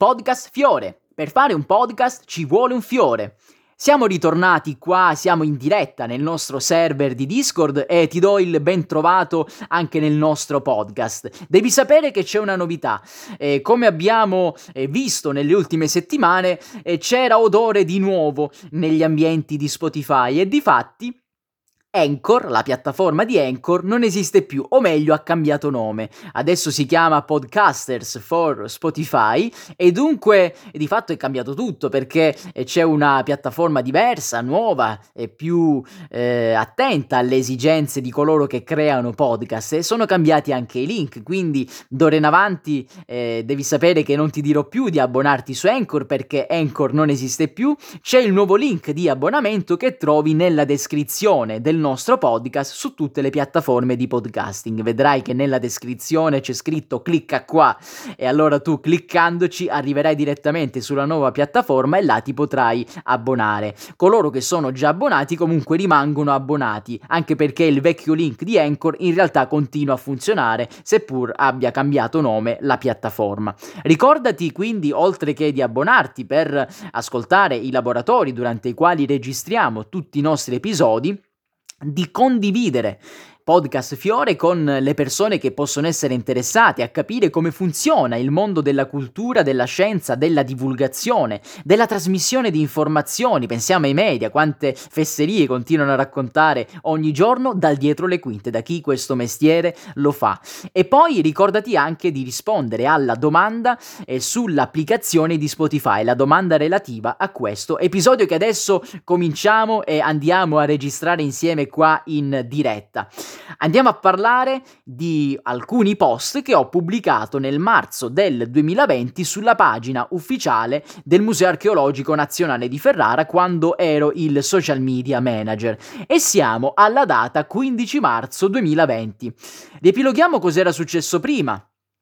Podcast Fiore. Per fare un podcast ci vuole un fiore. Siamo ritornati qua, siamo in diretta nel nostro server di Discord e ti do il ben trovato anche nel nostro podcast. Devi sapere che c'è una novità. Come abbiamo visto nelle ultime settimane, c'era odore di nuovo negli ambienti di Spotify e difatti Anchor, la piattaforma di Anchor, non esiste più, o meglio ha cambiato nome. Adesso si chiama Podcasters for Spotify e dunque di fatto è cambiato tutto perché c'è una piattaforma diversa, nuova e più attenta alle esigenze di coloro che creano podcast e sono cambiati anche i link, quindi d'ora in avanti devi sapere che non ti dirò più di abbonarti su Anchor perché Anchor non esiste più, c'è il nuovo link di abbonamento che trovi nella descrizione del nostro podcast su tutte le piattaforme di podcasting. Vedrai che nella descrizione c'è scritto clicca qua e allora tu cliccandoci arriverai direttamente sulla nuova piattaforma e là ti potrai abbonare. Coloro che sono già abbonati comunque rimangono abbonati, anche perché il vecchio link di Anchor in realtà continua a funzionare seppur abbia cambiato nome la piattaforma. Ricordati quindi, oltre che di abbonarti per ascoltare i laboratori durante i quali registriamo tutti i nostri episodi, di condividere Podcast Fiore con le persone che possono essere interessate a capire come funziona il mondo della cultura, della scienza, della divulgazione, della trasmissione di informazioni. Pensiamo ai media, quante fesserie continuano a raccontare ogni giorno dal dietro le quinte, da chi questo mestiere lo fa. E poi ricordati anche di rispondere alla domanda sull'applicazione di Spotify, la domanda relativa a questo episodio che adesso cominciamo e andiamo a registrare insieme qua in diretta. Andiamo a parlare di alcuni post che ho pubblicato nel marzo del 2020 sulla pagina ufficiale del Museo Archeologico Nazionale di Ferrara quando ero il social media manager e siamo alla data 15 marzo 2020. Riepiloghiamo cos'era successo prima.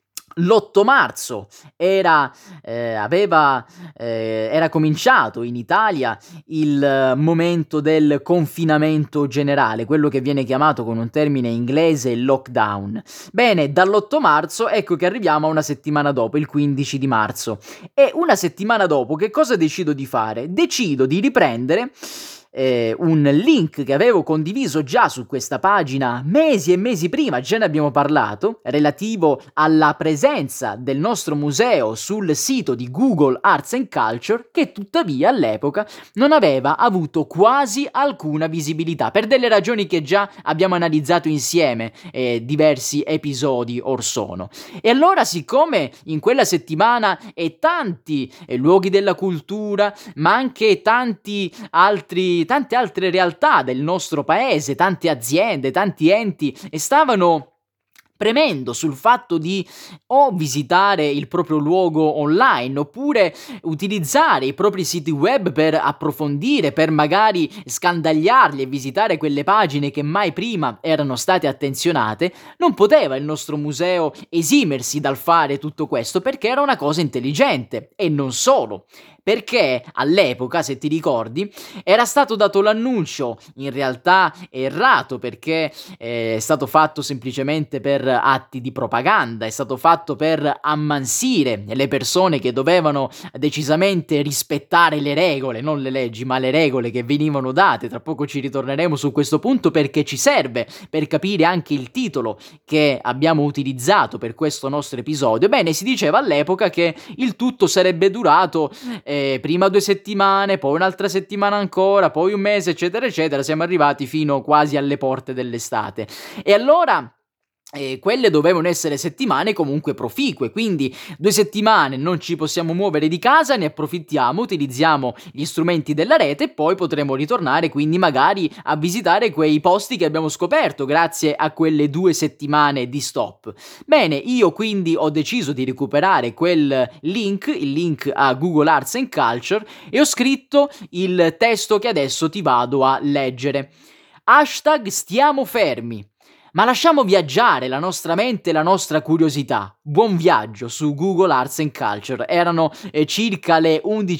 L'8 marzo era cominciato in Italia il momento del confinamento generale, quello che viene chiamato con un termine inglese lockdown. Bene, dall'8 marzo ecco che arriviamo a una settimana dopo, il 15 di marzo. E una settimana dopo che cosa decido di fare? Decido di riprendere un link che avevo condiviso già su questa pagina mesi e mesi prima, già ne abbiamo parlato, relativo alla presenza del nostro museo sul sito di Google Arts and Culture, che tuttavia all'epoca non aveva avuto quasi alcuna visibilità, per delle ragioni che già abbiamo analizzato insieme diversi episodi or sono. E allora, siccome in quella settimana tanti luoghi della cultura, ma anche tante altre realtà del nostro paese, tante aziende, tanti enti stavano premendo sul fatto di o visitare il proprio luogo online oppure utilizzare i propri siti web per approfondire, per magari scandagliarli e visitare quelle pagine che mai prima erano state attenzionate, non poteva il nostro museo esimersi dal fare tutto questo perché era una cosa intelligente. E non solo, perché all'epoca, se ti ricordi, era stato dato l'annuncio, in realtà errato perché è stato fatto semplicemente per atti di propaganda, è stato fatto per ammansire le persone che dovevano decisamente rispettare le regole, non le leggi, ma le regole che venivano date. Tra poco ci ritorneremo su questo punto perché ci serve per capire anche il titolo che abbiamo utilizzato per questo nostro episodio. Bene, si diceva all'epoca che il tutto sarebbe durato prima 2 settimane, poi un'altra settimana ancora, poi un mese, eccetera eccetera. Siamo arrivati fino quasi alle porte dell'estate e allora quelle dovevano essere settimane comunque proficue, quindi 2 settimane non ci possiamo muovere di casa, ne approfittiamo, utilizziamo gli strumenti della rete e poi potremo ritornare quindi magari a visitare quei posti che abbiamo scoperto grazie a quelle 2 settimane di stop. Bene, io quindi ho deciso di recuperare quel link, il link a Google Arts and Culture, e ho scritto il testo che adesso ti vado a leggere. Hashtag stiamo fermi. Ma lasciamo viaggiare la nostra mente e la nostra curiosità. Buon viaggio su Google Arts and Culture. Erano circa le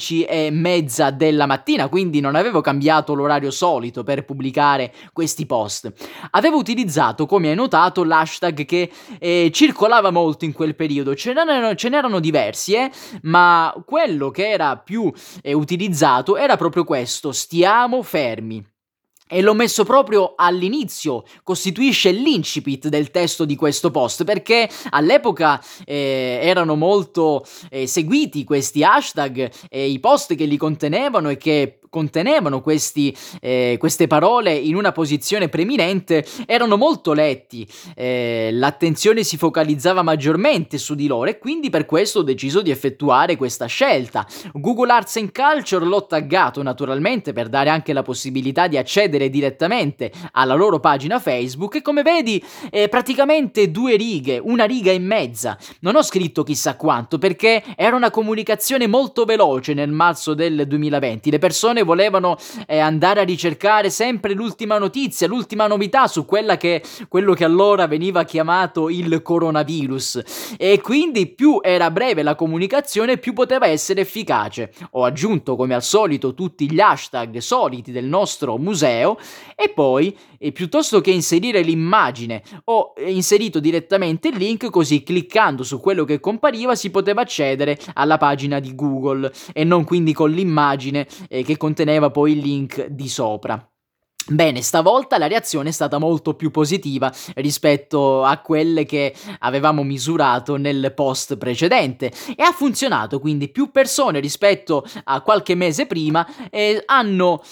11:30 della mattina, quindi non avevo cambiato l'orario solito per pubblicare questi post. Avevo utilizzato, come hai notato, l'hashtag che circolava molto in quel periodo. Ce n'erano diversi, ma quello che era più utilizzato era proprio questo: stiamo fermi. E l'ho messo proprio all'inizio, costituisce l'incipit del testo di questo post, perché all'epoca erano molto seguiti questi hashtag e i post che li contenevano e che contenevano queste parole in una posizione preminente erano molto letti, l'attenzione si focalizzava maggiormente su di loro e quindi per questo ho deciso di effettuare questa scelta. Google Arts and Culture l'ho taggato naturalmente per dare anche la possibilità di accedere direttamente alla loro pagina Facebook e come vedi praticamente 2 righe, 1 riga e mezza. Non ho scritto chissà quanto perché era una comunicazione molto veloce nel marzo del 2020. Le persone volevano andare a ricercare sempre l'ultima notizia, l'ultima novità su quello che allora veniva chiamato il coronavirus e quindi più era breve la comunicazione più poteva essere efficace. Ho aggiunto come al solito tutti gli hashtag soliti del nostro museo e poi piuttosto che inserire l'immagine ho inserito direttamente il link, così cliccando su quello che compariva si poteva accedere alla pagina di Google e non quindi con l'immagine che conteneva poi il link di sopra. Bene, stavolta la reazione è stata molto più positiva rispetto a quelle che avevamo misurato nel post precedente e ha funzionato, quindi più persone rispetto a qualche mese prima hanno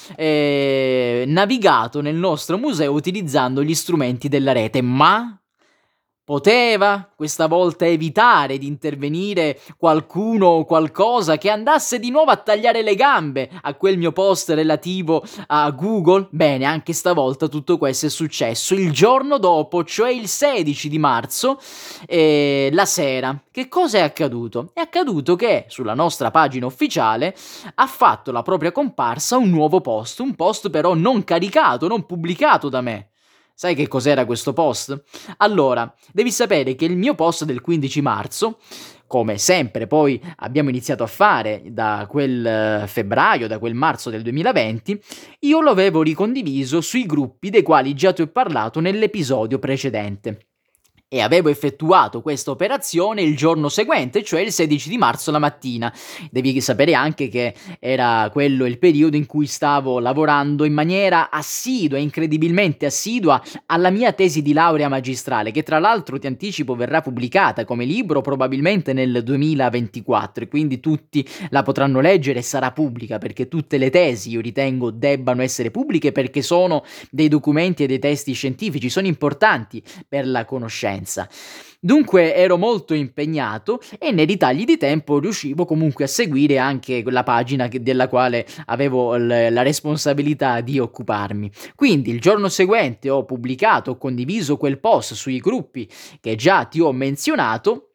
navigato nel nostro museo utilizzando gli strumenti della rete, ma poteva questa volta evitare di intervenire qualcuno o qualcosa che andasse di nuovo a tagliare le gambe a quel mio post relativo a Google? Bene, anche stavolta tutto questo è successo il giorno dopo, cioè il 16 di marzo, la sera. Che cosa è accaduto? È accaduto che sulla nostra pagina ufficiale ha fatto la propria comparsa un nuovo post, un post però non caricato, non pubblicato da me. Sai che cos'era questo post? Allora, devi sapere che il mio post del 15 marzo, come sempre poi abbiamo iniziato a fare da quel febbraio, da quel marzo del 2020, io lo avevo ricondiviso sui gruppi dei quali già ti ho parlato nell'episodio precedente. E avevo effettuato questa operazione il giorno seguente, cioè il 16 di marzo la mattina. Devi sapere anche che era quello il periodo in cui stavo lavorando in maniera assidua, incredibilmente assidua, alla mia tesi di laurea magistrale, che tra l'altro ti anticipo verrà pubblicata come libro probabilmente nel 2024 e quindi tutti la potranno leggere e sarà pubblica, perché tutte le tesi io ritengo debbano essere pubbliche perché sono dei documenti e dei testi scientifici, sono importanti per la conoscenza. Dunque ero molto impegnato e nei ritagli di tempo riuscivo comunque a seguire anche la pagina della quale avevo la responsabilità di occuparmi. Quindi il giorno seguente ho pubblicato, ho condiviso quel post sui gruppi che già ti ho menzionato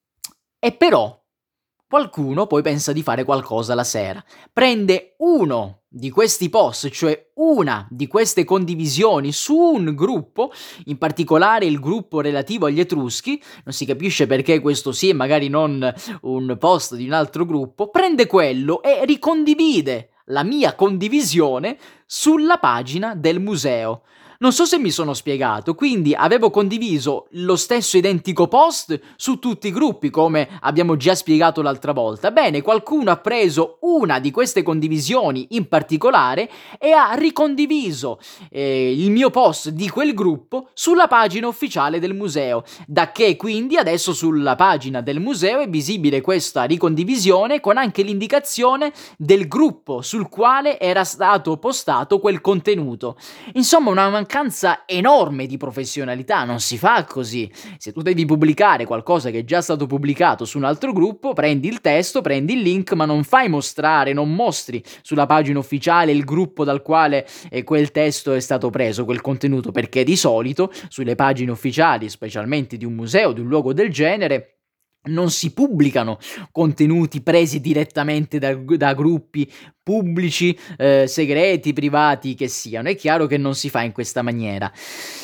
e però qualcuno poi pensa di fare qualcosa la sera. Prende uno di questi post, cioè una di queste condivisioni su un gruppo, in particolare il gruppo relativo agli Etruschi, non si capisce perché questo sia magari non un post di un altro gruppo, prende quello e ricondivide la mia condivisione sulla pagina del museo. Non so se mi sono spiegato, quindi avevo condiviso lo stesso identico post su tutti i gruppi, come abbiamo già spiegato l'altra volta. Bene, qualcuno ha preso una di queste condivisioni in particolare e ha ricondiviso il mio post di quel gruppo sulla pagina ufficiale del museo, da che quindi adesso sulla pagina del museo è visibile questa ricondivisione con anche l'indicazione del gruppo sul quale era stato postato quel contenuto. Insomma, una mancanza enorme di professionalità, non si fa così. Se tu devi pubblicare qualcosa che è già stato pubblicato su un altro gruppo, prendi il testo, prendi il link, ma non fai mostrare, non mostri sulla pagina ufficiale il gruppo dal quale quel testo è stato preso, quel contenuto, perché di solito sulle pagine ufficiali, specialmente di un museo, di un luogo del genere, non si pubblicano contenuti presi direttamente da gruppi pubblici, segreti, privati che siano. È chiaro che non si fa in questa maniera.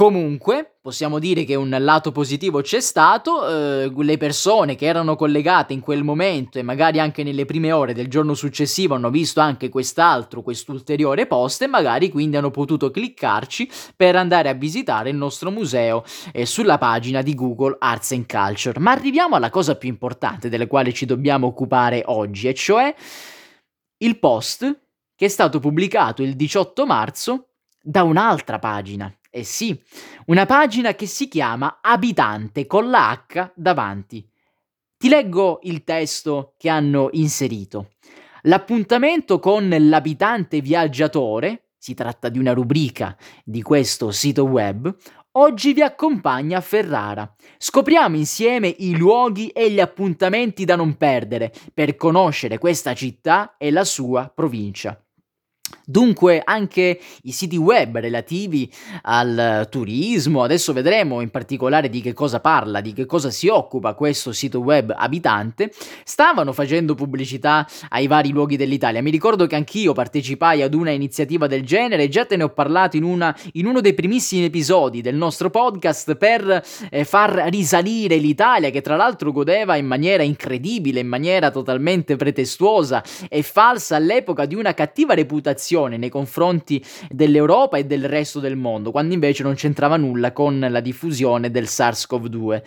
Comunque, possiamo dire che un lato positivo c'è stato, le persone che erano collegate in quel momento e magari anche nelle prime ore del giorno successivo hanno visto anche quest'ulteriore post e magari quindi hanno potuto cliccarci per andare a visitare il nostro museo sulla pagina di Google Arts and Culture. Ma arriviamo alla cosa più importante della quale ci dobbiamo occupare oggi, e cioè il post che è stato pubblicato il 18 marzo da un'altra pagina. Eh sì, una pagina che si chiama Abitante con la H davanti. Ti leggo il testo che hanno inserito. L'appuntamento con l'abitante viaggiatore, si tratta di una rubrica di questo sito web, oggi vi accompagna a Ferrara. Scopriamo insieme i luoghi e gli appuntamenti da non perdere per conoscere questa città e la sua provincia. Dunque anche i siti web relativi al turismo, adesso vedremo in particolare di che cosa parla, di che cosa si occupa questo sito web Abitante, stavano facendo pubblicità ai vari luoghi dell'Italia. Mi ricordo che anch'io partecipai ad una iniziativa del genere, già te ne ho parlato in uno dei primissimi episodi del nostro podcast per far risalire l'Italia, che tra l'altro godeva in maniera incredibile, in maniera totalmente pretestuosa e falsa all'epoca di una cattiva reputazione nei confronti dell'Europa e del resto del mondo, quando invece non c'entrava nulla con la diffusione del SARS-CoV-2.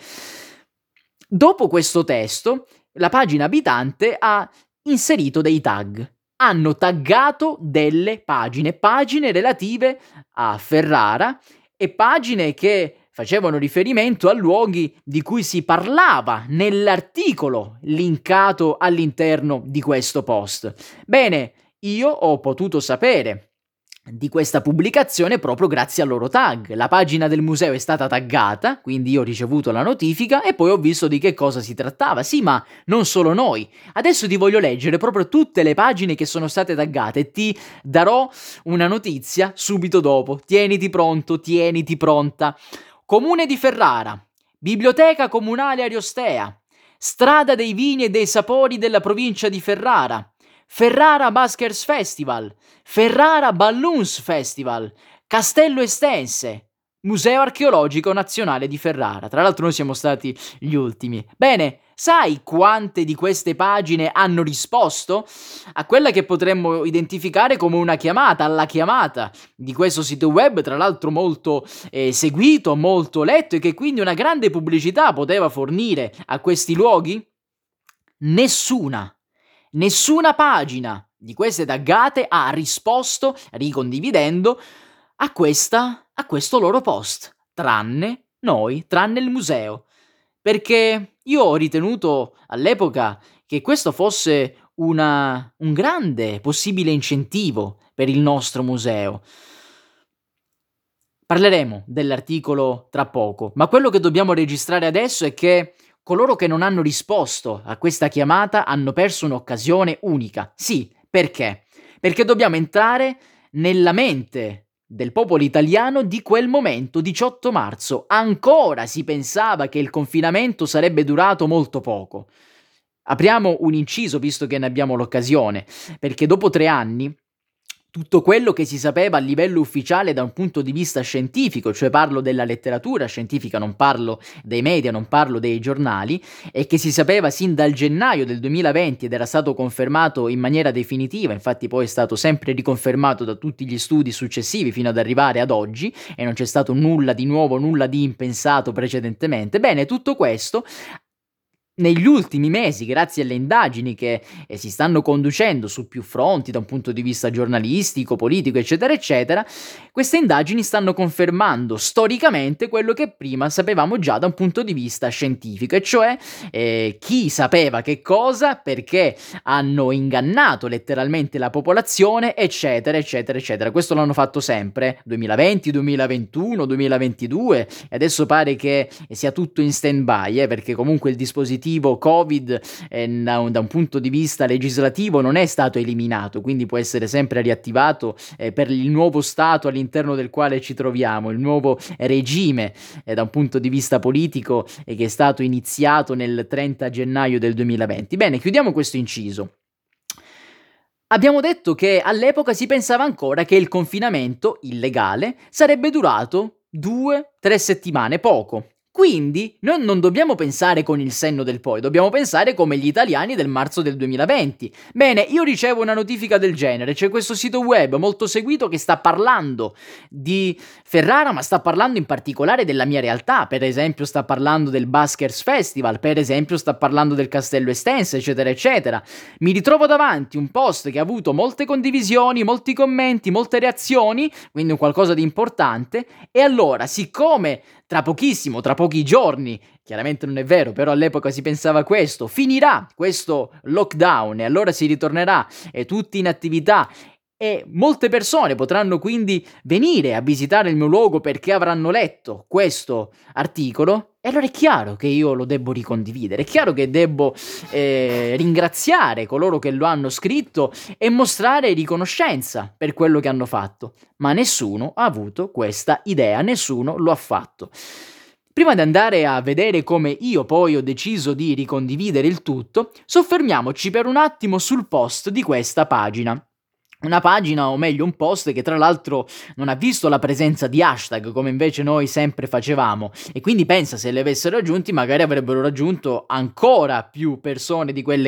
Dopo questo testo, la pagina Abitante ha inserito dei tag. Hanno taggato delle pagine relative a Ferrara e pagine che facevano riferimento a luoghi di cui si parlava nell'articolo linkato all'interno di questo post. Bene, io ho potuto sapere di questa pubblicazione proprio grazie al loro tag. La pagina del museo è stata taggata, quindi io ho ricevuto la notifica e poi ho visto di che cosa si trattava. Sì, ma non solo noi. Adesso ti voglio leggere proprio tutte le pagine che sono state taggate e ti darò una notizia subito dopo. Tieniti pronto, tieniti pronta. Comune di Ferrara, Biblioteca Comunale Ariostea, Strada dei Vini e dei Sapori della provincia di Ferrara, Ferrara Maskers Festival, Ferrara Balloons Festival, Castello Estense, Museo Archeologico Nazionale di Ferrara. Tra l'altro noi siamo stati gli ultimi. Bene, sai quante di queste pagine hanno risposto a quella che potremmo identificare come una chiamata, alla chiamata di questo sito web, tra l'altro molto seguito, molto letto e che quindi una grande pubblicità poteva fornire a questi luoghi? Nessuna pagina di queste taggate ha risposto ricondividendo a questo loro post, tranne noi, tranne il museo, perché io ho ritenuto all'epoca che questo fosse un grande possibile incentivo per il nostro museo. Parleremo dell'articolo tra poco, ma quello che dobbiamo registrare adesso è che coloro che non hanno risposto a questa chiamata hanno perso un'occasione unica. Sì, perché? Perché dobbiamo entrare nella mente del popolo italiano di quel momento, 18 marzo. Ancora si pensava che il confinamento sarebbe durato molto poco. Apriamo un inciso, visto che ne abbiamo l'occasione, perché dopo 3 anni tutto quello che si sapeva a livello ufficiale da un punto di vista scientifico, cioè parlo della letteratura scientifica, non parlo dei media, non parlo dei giornali, e che si sapeva sin dal gennaio del 2020 ed era stato confermato in maniera definitiva, infatti poi è stato sempre riconfermato da tutti gli studi successivi fino ad arrivare ad oggi, e non c'è stato nulla di nuovo, nulla di impensato precedentemente. Bene, tutto questo negli ultimi mesi, grazie alle indagini che si stanno conducendo su più fronti, da un punto di vista giornalistico, politico, eccetera, eccetera, queste indagini stanno confermando storicamente quello che prima sapevamo già da un punto di vista scientifico, e cioè chi sapeva che cosa, perché hanno ingannato letteralmente la popolazione, eccetera, eccetera, eccetera. Questo l'hanno fatto sempre, 2020, 2021, 2022, e adesso pare che sia tutto in stand-by, perché comunque il dispositivo Covid da un punto di vista legislativo non è stato eliminato, quindi può essere sempre riattivato per il nuovo stato all'interno del quale ci troviamo, il nuovo regime da un punto di vista politico che è stato iniziato nel 30 gennaio del 2020. Bene, chiudiamo questo inciso. Abbiamo detto che all'epoca si pensava ancora che il confinamento illegale sarebbe durato 2, 3 settimane, poco. Quindi noi non dobbiamo pensare con il senno del poi, dobbiamo pensare come gli italiani del marzo del 2020. Bene, io ricevo una notifica del genere, c'è questo sito web molto seguito che sta parlando di Ferrara, ma sta parlando in particolare della mia realtà, per esempio sta parlando del Baskers Festival, per esempio sta parlando del Castello Estense, eccetera, eccetera. Mi ritrovo davanti un post che ha avuto molte condivisioni, molti commenti, molte reazioni, quindi un qualcosa di importante, e allora, siccome tra pochissimo, tra pochi giorni, chiaramente non è vero, però all'epoca si pensava questo, finirà questo lockdown e allora si ritornerà tutti in attività e molte persone potranno quindi venire a visitare il mio luogo perché avranno letto questo articolo, e allora è chiaro che io lo debbo ricondividere, è chiaro che debbo ringraziare coloro che lo hanno scritto e mostrare riconoscenza per quello che hanno fatto, ma nessuno ha avuto questa idea, nessuno lo ha fatto. Prima di andare a vedere come io poi ho deciso di ricondividere il tutto, soffermiamoci per un attimo sul post di questa pagina. Una pagina, o meglio un post, che tra l'altro non ha visto la presenza di hashtag come invece noi sempre facevamo, e quindi pensa, se li avessero raggiunti magari avrebbero raggiunto ancora più persone di quelle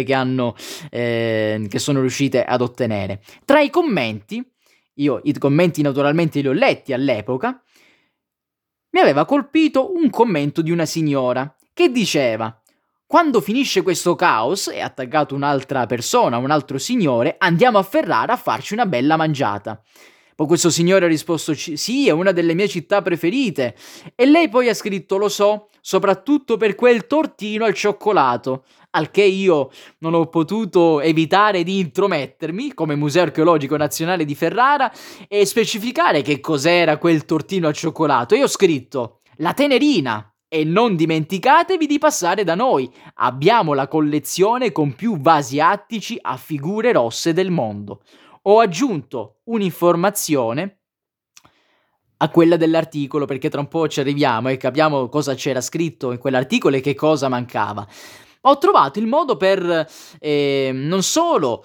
che sono riuscite ad ottenere. Tra i commenti, io i commenti naturalmente li ho letti all'epoca, mi aveva colpito un commento di una signora che diceva: quando finisce questo caos, e ha taggato un'altra persona, un altro signore, andiamo a Ferrara a farci una bella mangiata. Poi questo signore ha risposto: sì, è una delle mie città preferite. E lei poi ha scritto: lo so, soprattutto per quel tortino al cioccolato. Al che io non ho potuto evitare di intromettermi, come Museo Archeologico Nazionale di Ferrara, e specificare che cos'era quel tortino al cioccolato. E ho scritto: la Tenerina. E non dimenticatevi di passare da noi, abbiamo la collezione con più vasi attici a figure rosse del mondo. Ho aggiunto un'informazione a quella dell'articolo, perché tra un po' ci arriviamo e capiamo cosa c'era scritto in quell'articolo e che cosa mancava. Ho trovato il modo per non solo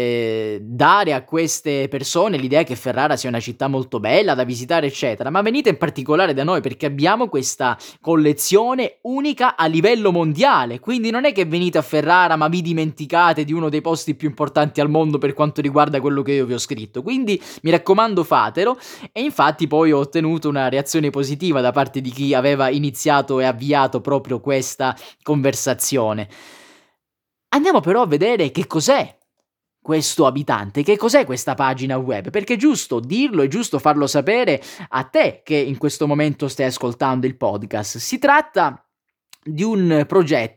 dare a queste persone l'idea che Ferrara sia una città molto bella da visitare, eccetera, ma venite in particolare da noi perché abbiamo questa collezione unica a livello mondiale. Quindi non è che venite a Ferrara ma vi dimenticate di uno dei posti più importanti al mondo per quanto riguarda quello che io vi ho scritto. Quindi mi raccomando, fatelo. E infatti poi ho ottenuto una reazione positiva da parte di chi aveva iniziato e avviato proprio questa conversazione. Andiamo però a vedere che cos'è questo abitante, che cos'è questa pagina web, perché è giusto dirlo, è giusto farlo sapere a te che in questo momento stai ascoltando il podcast. Si tratta di un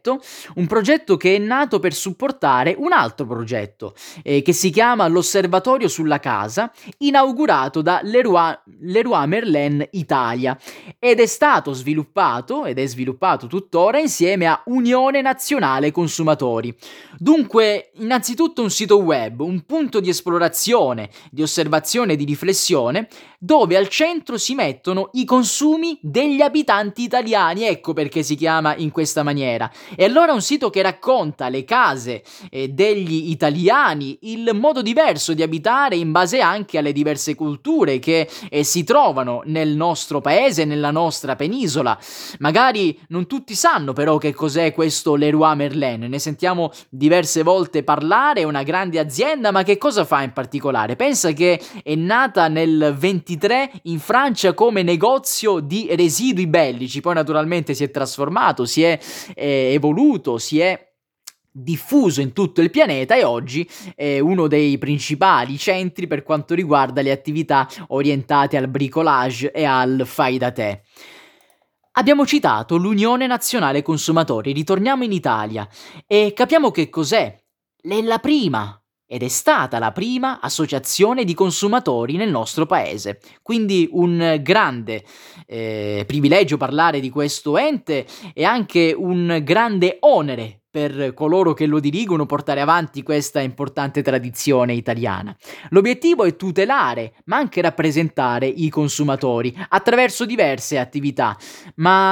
progetto che è nato per supportare un altro progetto che si chiama l'Osservatorio sulla Casa, inaugurato da Leroy Merlin Italia, ed è stato sviluppato ed è sviluppato tuttora insieme a Unione Nazionale Consumatori. Dunque, innanzitutto un sito web, un punto di esplorazione, di osservazione e di riflessione, dove al centro si mettono i consumi degli abitanti italiani, ecco perché si chiama in questa maniera. E allora un sito che racconta le case degli italiani, il modo diverso di abitare in base anche alle diverse culture che si trovano nel nostro paese, nella nostra penisola. Magari non tutti sanno però che cos'è questo Leroy Merlin, ne sentiamo diverse volte parlare, è una grande azienda, ma che cosa fa in particolare? Pensa che è nata nel 23 in Francia come negozio di residui bellici, poi naturalmente si è trasformato, si è evoluto, si è diffuso in tutto il pianeta e oggi è uno dei principali centri per quanto riguarda le attività orientate al bricolage e al fai da te. Abbiamo citato l'Unione Nazionale Consumatori, ritorniamo in Italia e capiamo che cos'è. È la prima, ed è stata la prima associazione di consumatori nel nostro paese. Quindi un grande privilegio parlare di questo ente e anche un grande onere per coloro che lo dirigono portare avanti questa importante tradizione italiana. L'obiettivo è tutelare, ma anche rappresentare i consumatori attraverso diverse attività. Ma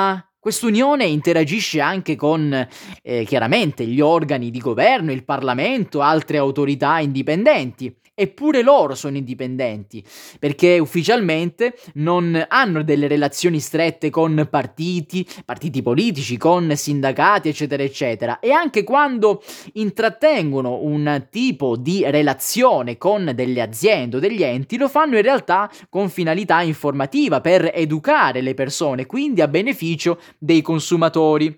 Quest'unione interagisce anche con chiaramente gli organi di governo, il Parlamento, altre autorità indipendenti. Eppure loro sono indipendenti, perché ufficialmente non hanno delle relazioni strette con partiti politici, con sindacati, eccetera, eccetera. E anche quando intrattengono un tipo di relazione con delle aziende o degli enti, lo fanno in realtà con finalità informativa, per educare le persone, quindi a beneficio dei consumatori.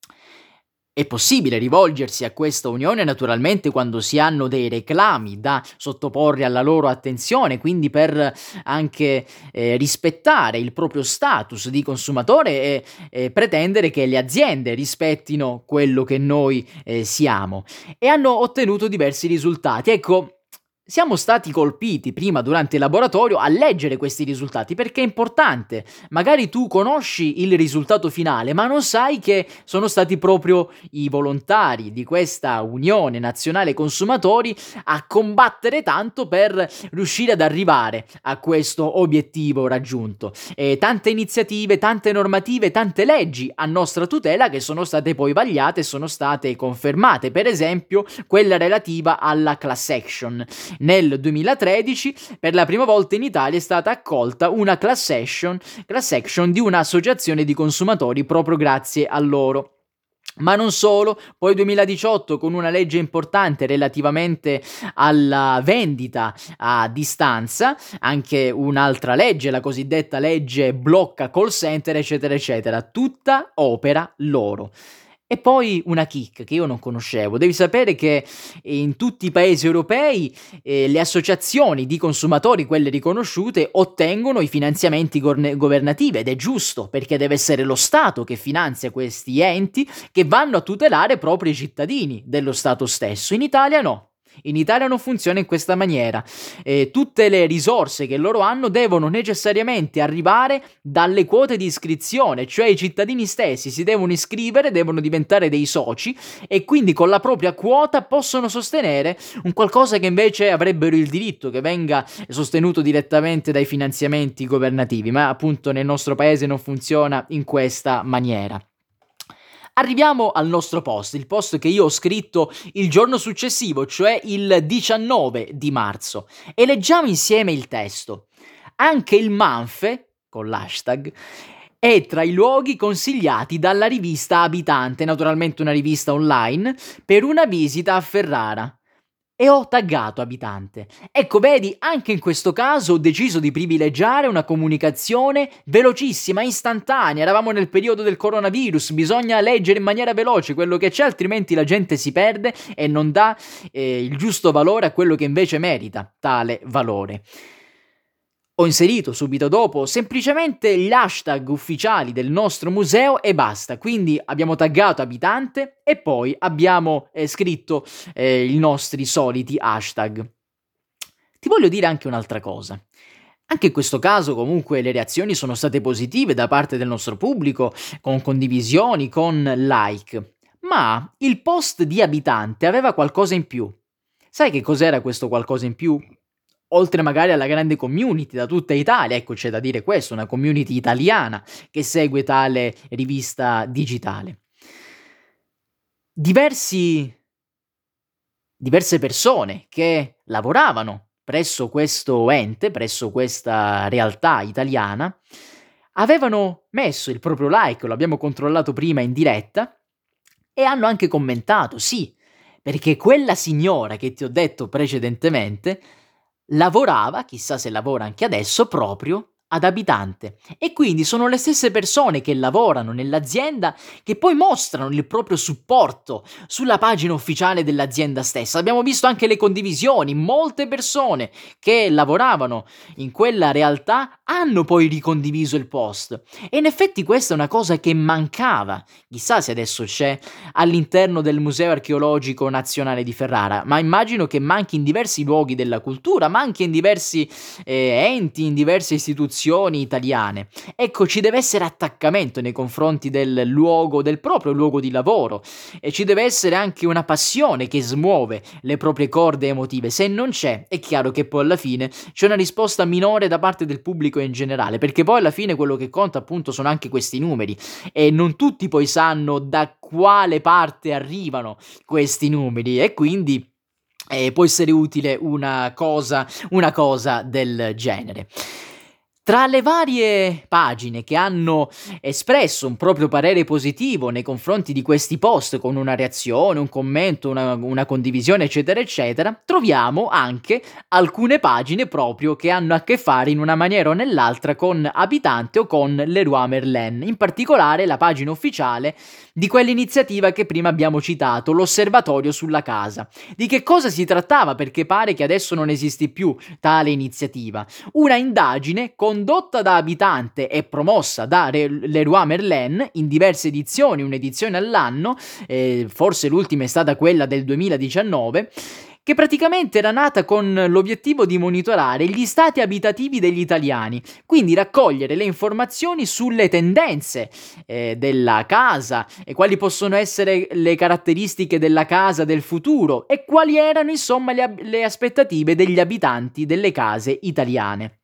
È possibile rivolgersi a questa unione naturalmente quando si hanno dei reclami da sottoporre alla loro attenzione, quindi per anche rispettare il proprio status di consumatore e pretendere che le aziende rispettino quello che noi siamo. E hanno ottenuto diversi risultati. Ecco, siamo stati colpiti prima durante il laboratorio a leggere questi risultati perché è importante. Magari tu conosci il risultato finale, ma non sai che sono stati proprio i volontari di questa Unione Nazionale Consumatori a combattere tanto per riuscire ad arrivare a questo obiettivo raggiunto. E tante iniziative, tante normative, tante leggi a nostra tutela che sono state poi vagliate e sono state confermate. Per esempio, quella relativa alla class action. Nel 2013 per la prima volta in Italia è stata accolta una class action di un'associazione di consumatori proprio grazie a loro. Ma non solo, poi 2018 con una legge importante relativamente alla vendita a distanza, anche un'altra legge, la cosiddetta legge blocca call center, eccetera, eccetera, tutta opera loro. E poi una chicca che io non conoscevo. Devi sapere che in tutti i paesi europei le associazioni di consumatori, quelle riconosciute, ottengono i finanziamenti governativi ed è giusto perché deve essere lo Stato che finanzia questi enti che vanno a tutelare proprio i cittadini dello Stato stesso. In Italia no. In Italia non funziona in questa maniera. Tutte le risorse che loro hanno devono necessariamente arrivare dalle quote di iscrizione, cioè i cittadini stessi si devono iscrivere, devono diventare dei soci e quindi con la propria quota possono sostenere un qualcosa che invece avrebbero il diritto che venga sostenuto direttamente dai finanziamenti governativi, ma appunto nel nostro paese non funziona in questa maniera. Arriviamo al nostro post, il post che io ho scritto il giorno successivo, cioè il 19 di marzo, e leggiamo insieme il testo. Anche il Manfe, con l'hashtag, è tra i luoghi consigliati dalla rivista Abitante, naturalmente una rivista online, per una visita a Ferrara. E ho taggato Abitante. Ecco, vedi, anche in questo caso ho deciso di privilegiare una comunicazione velocissima, istantanea. Eravamo nel periodo del coronavirus, bisogna leggere in maniera veloce quello che c'è, altrimenti la gente si perde e non dà il giusto valore a quello che invece merita tale valore. Ho inserito subito dopo semplicemente gli hashtag ufficiali del nostro museo e basta, quindi abbiamo taggato Abitante e poi abbiamo scritto i nostri soliti hashtag. Ti voglio dire anche un'altra cosa. Anche in questo caso comunque le reazioni sono state positive da parte del nostro pubblico, con condivisioni, con like, ma il post di Abitante aveva qualcosa in più. Sai che cos'era questo qualcosa in più? Oltre magari alla grande community da tutta Italia, ecco c'è da dire questo, una community italiana che segue tale rivista digitale. Diverse persone che lavoravano presso questo ente, presso questa realtà italiana, avevano messo il proprio like, lo abbiamo controllato prima in diretta, e hanno anche commentato, sì, perché quella signora che ti ho detto precedentemente lavorava, chissà se lavora anche adesso, proprio ad Abitante. E quindi sono le stesse persone che lavorano nell'azienda che poi mostrano il proprio supporto sulla pagina ufficiale dell'azienda stessa. Abbiamo visto anche le condivisioni, molte persone che lavoravano in quella realtà hanno poi ricondiviso il post. E in effetti questa è una cosa che mancava, chissà se adesso c'è, all'interno del Museo Archeologico Nazionale di Ferrara, ma immagino che manchi in diversi luoghi della cultura, ma anche in diversi enti, in diverse istituzioni produzioni italiane. Ecco, ci deve essere attaccamento nei confronti del luogo, del proprio luogo di lavoro, e ci deve essere anche una passione che smuove le proprie corde emotive. Se non c'è, è chiaro che poi alla fine c'è una risposta minore da parte del pubblico in generale, perché poi alla fine quello che conta appunto sono anche questi numeri, e non tutti poi sanno da quale parte arrivano questi numeri, e quindi può essere utile una cosa del genere. Tra le varie pagine che hanno espresso un proprio parere positivo nei confronti di questi post, con una reazione, un commento, una condivisione, eccetera, eccetera, troviamo anche alcune pagine proprio che hanno a che fare in una maniera o nell'altra con Abitante o con Leroy Merlin, in particolare la pagina ufficiale di quell'iniziativa che prima abbiamo citato, l'Osservatorio sulla casa. Di che cosa si trattava? Perché pare che adesso non esisti più tale iniziativa. Una indagine condotta da Abitante e promossa da Leroy Merlin in diverse edizioni, un'edizione all'anno, forse l'ultima è stata quella del 2019, che praticamente era nata con l'obiettivo di monitorare gli stati abitativi degli italiani, quindi raccogliere le informazioni sulle tendenze della casa, e quali possono essere le caratteristiche della casa del futuro e quali erano insomma le aspettative degli abitanti delle case italiane.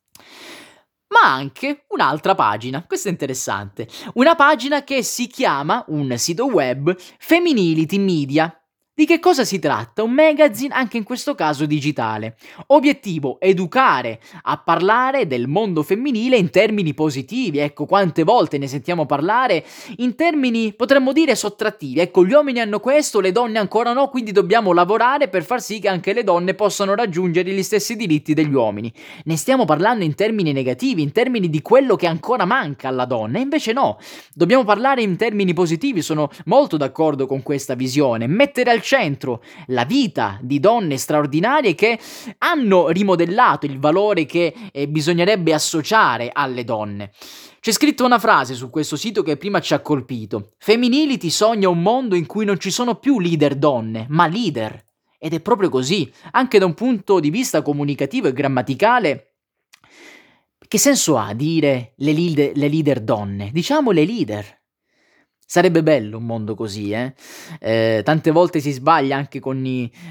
Ma anche un'altra pagina, questa è interessante, una pagina che si chiama, un sito web, Feminility Media. Di che cosa si tratta? Un magazine, anche in questo caso digitale. Obiettivo: educare a parlare del mondo femminile in termini positivi. Ecco, quante volte ne sentiamo parlare in termini, potremmo dire, sottrattivi. Ecco, gli uomini hanno questo, le donne ancora no, quindi dobbiamo lavorare per far sì che anche le donne possano raggiungere gli stessi diritti degli uomini. Ne stiamo parlando in termini negativi, in termini di quello che ancora manca alla donna, e invece no, dobbiamo parlare in termini positivi. Sono molto d'accordo con questa visione, mettere al centro la vita di donne straordinarie che hanno rimodellato il valore che bisognerebbe associare alle donne. C'è scritta una frase su questo sito che prima ci ha colpito: Feminility sogna un mondo in cui non ci sono più leader donne, ma leader. Ed è proprio così, anche da un punto di vista comunicativo e grammaticale. Che senso ha dire le leader donne? Diciamo le leader. Sarebbe bello un mondo così, tante volte si sbaglia anche con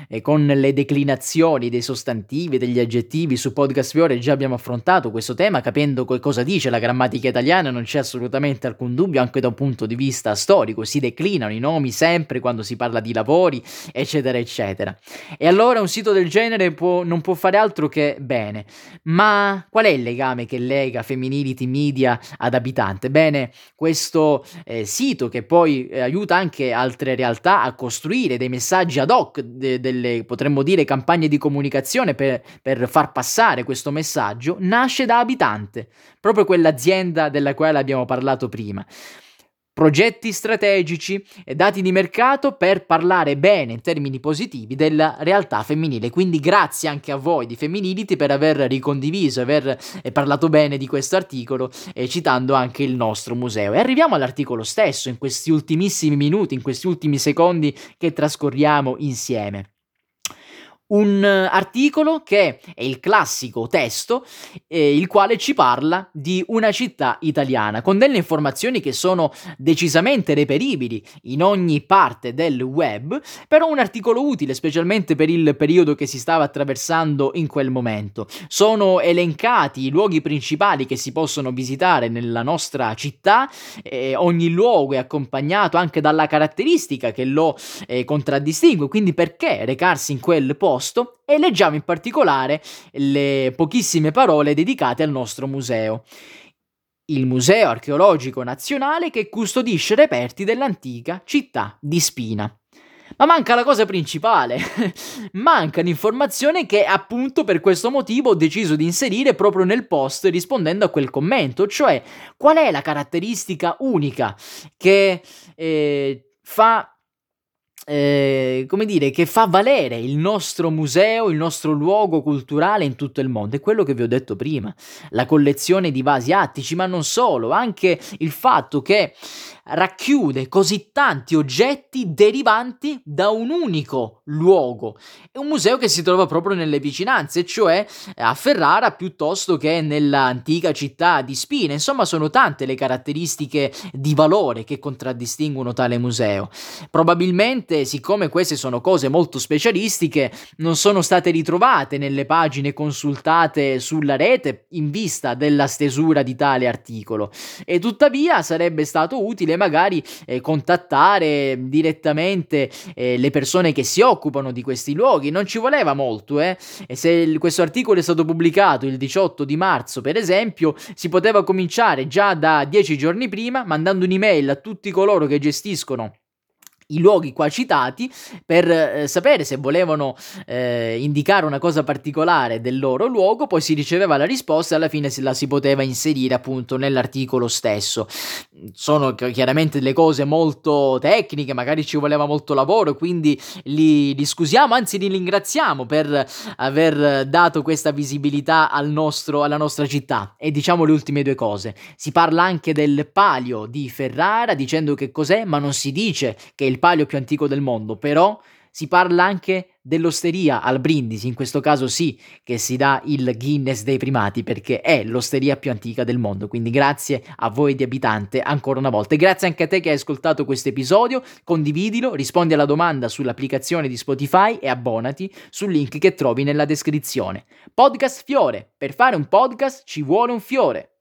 le declinazioni dei sostantivi, degli aggettivi. Su Podcast Fiore già abbiamo affrontato questo tema, capendo cosa dice la grammatica italiana. Non c'è assolutamente alcun dubbio, anche da un punto di vista storico, si declinano i nomi sempre quando si parla di lavori, eccetera, eccetera. E allora un sito del genere non può fare altro che bene. Ma qual è il legame che lega Feminility Media ad Abitante? Bene, questo sito, che poi aiuta anche altre realtà a costruire dei messaggi ad hoc, delle, potremmo dire, campagne di comunicazione per far passare questo messaggio, nasce da Abitante, proprio quell'azienda della quale abbiamo parlato prima. Progetti strategici e dati di mercato per parlare bene, in termini positivi, della realtà femminile. Quindi grazie anche a voi di Feminility per aver ricondiviso, aver parlato bene di questo articolo, citando anche il nostro museo. E arriviamo all'articolo stesso, in questi ultimissimi minuti, in questi ultimi secondi che trascorriamo insieme. Un articolo che è il classico testo, il quale ci parla di una città italiana, con delle informazioni che sono decisamente reperibili in ogni parte del web, però un articolo utile specialmente per il periodo che si stava attraversando in quel momento. Sono elencati i luoghi principali che si possono visitare nella nostra città, ogni luogo è accompagnato anche dalla caratteristica che lo contraddistingue, quindi perché recarsi in quel posto, e leggiamo in particolare le pochissime parole dedicate al nostro museo. Il Museo Archeologico Nazionale che custodisce reperti dell'antica città di Spina. Ma manca la cosa principale, manca l'informazione che appunto per questo motivo ho deciso di inserire proprio nel post rispondendo a quel commento, cioè qual è la caratteristica unica che fa valere il nostro museo, il nostro luogo culturale in tutto il mondo. È quello che vi ho detto prima, la collezione di vasi attici, ma non solo, anche il fatto che racchiude così tanti oggetti derivanti da un unico luogo. È un museo che si trova proprio nelle vicinanze, cioè a Ferrara piuttosto che nell'antica città di Spina. Insomma, sono tante le caratteristiche di valore che contraddistinguono tale museo. Probabilmente, siccome queste sono cose molto specialistiche, non sono state ritrovate nelle pagine consultate sulla rete in vista della stesura di tale articolo, e tuttavia sarebbe stato utile magari contattare direttamente le persone che si occupano di questi luoghi. Non ci voleva molto, e se questo articolo è stato pubblicato il 18 di marzo, per esempio, si poteva cominciare già da 10 giorni prima, mandando un'email a tutti coloro che gestiscono i luoghi qua citati per sapere se volevano indicare una cosa particolare del loro luogo. Poi si riceveva la risposta e alla fine la si poteva inserire appunto nell'articolo stesso. Sono chiaramente delle cose molto tecniche, magari ci voleva molto lavoro, quindi li scusiamo, anzi li ringraziamo per aver dato questa visibilità alla nostra città. E diciamo le ultime due cose: si parla anche del palio di Ferrara, dicendo che cos'è, ma non si dice che è il palio più antico del mondo. Però si parla anche dell'osteria al Brindisi, in questo caso sì che si dà il Guinness dei primati, perché è l'osteria più antica del mondo. Quindi grazie a voi di Abitante ancora una volta, e grazie anche a te che hai ascoltato questo episodio. Condividilo, rispondi alla domanda sull'applicazione di Spotify e abbonati sul link che trovi nella descrizione. Podcast Fiore: per fare un podcast ci vuole un fiore.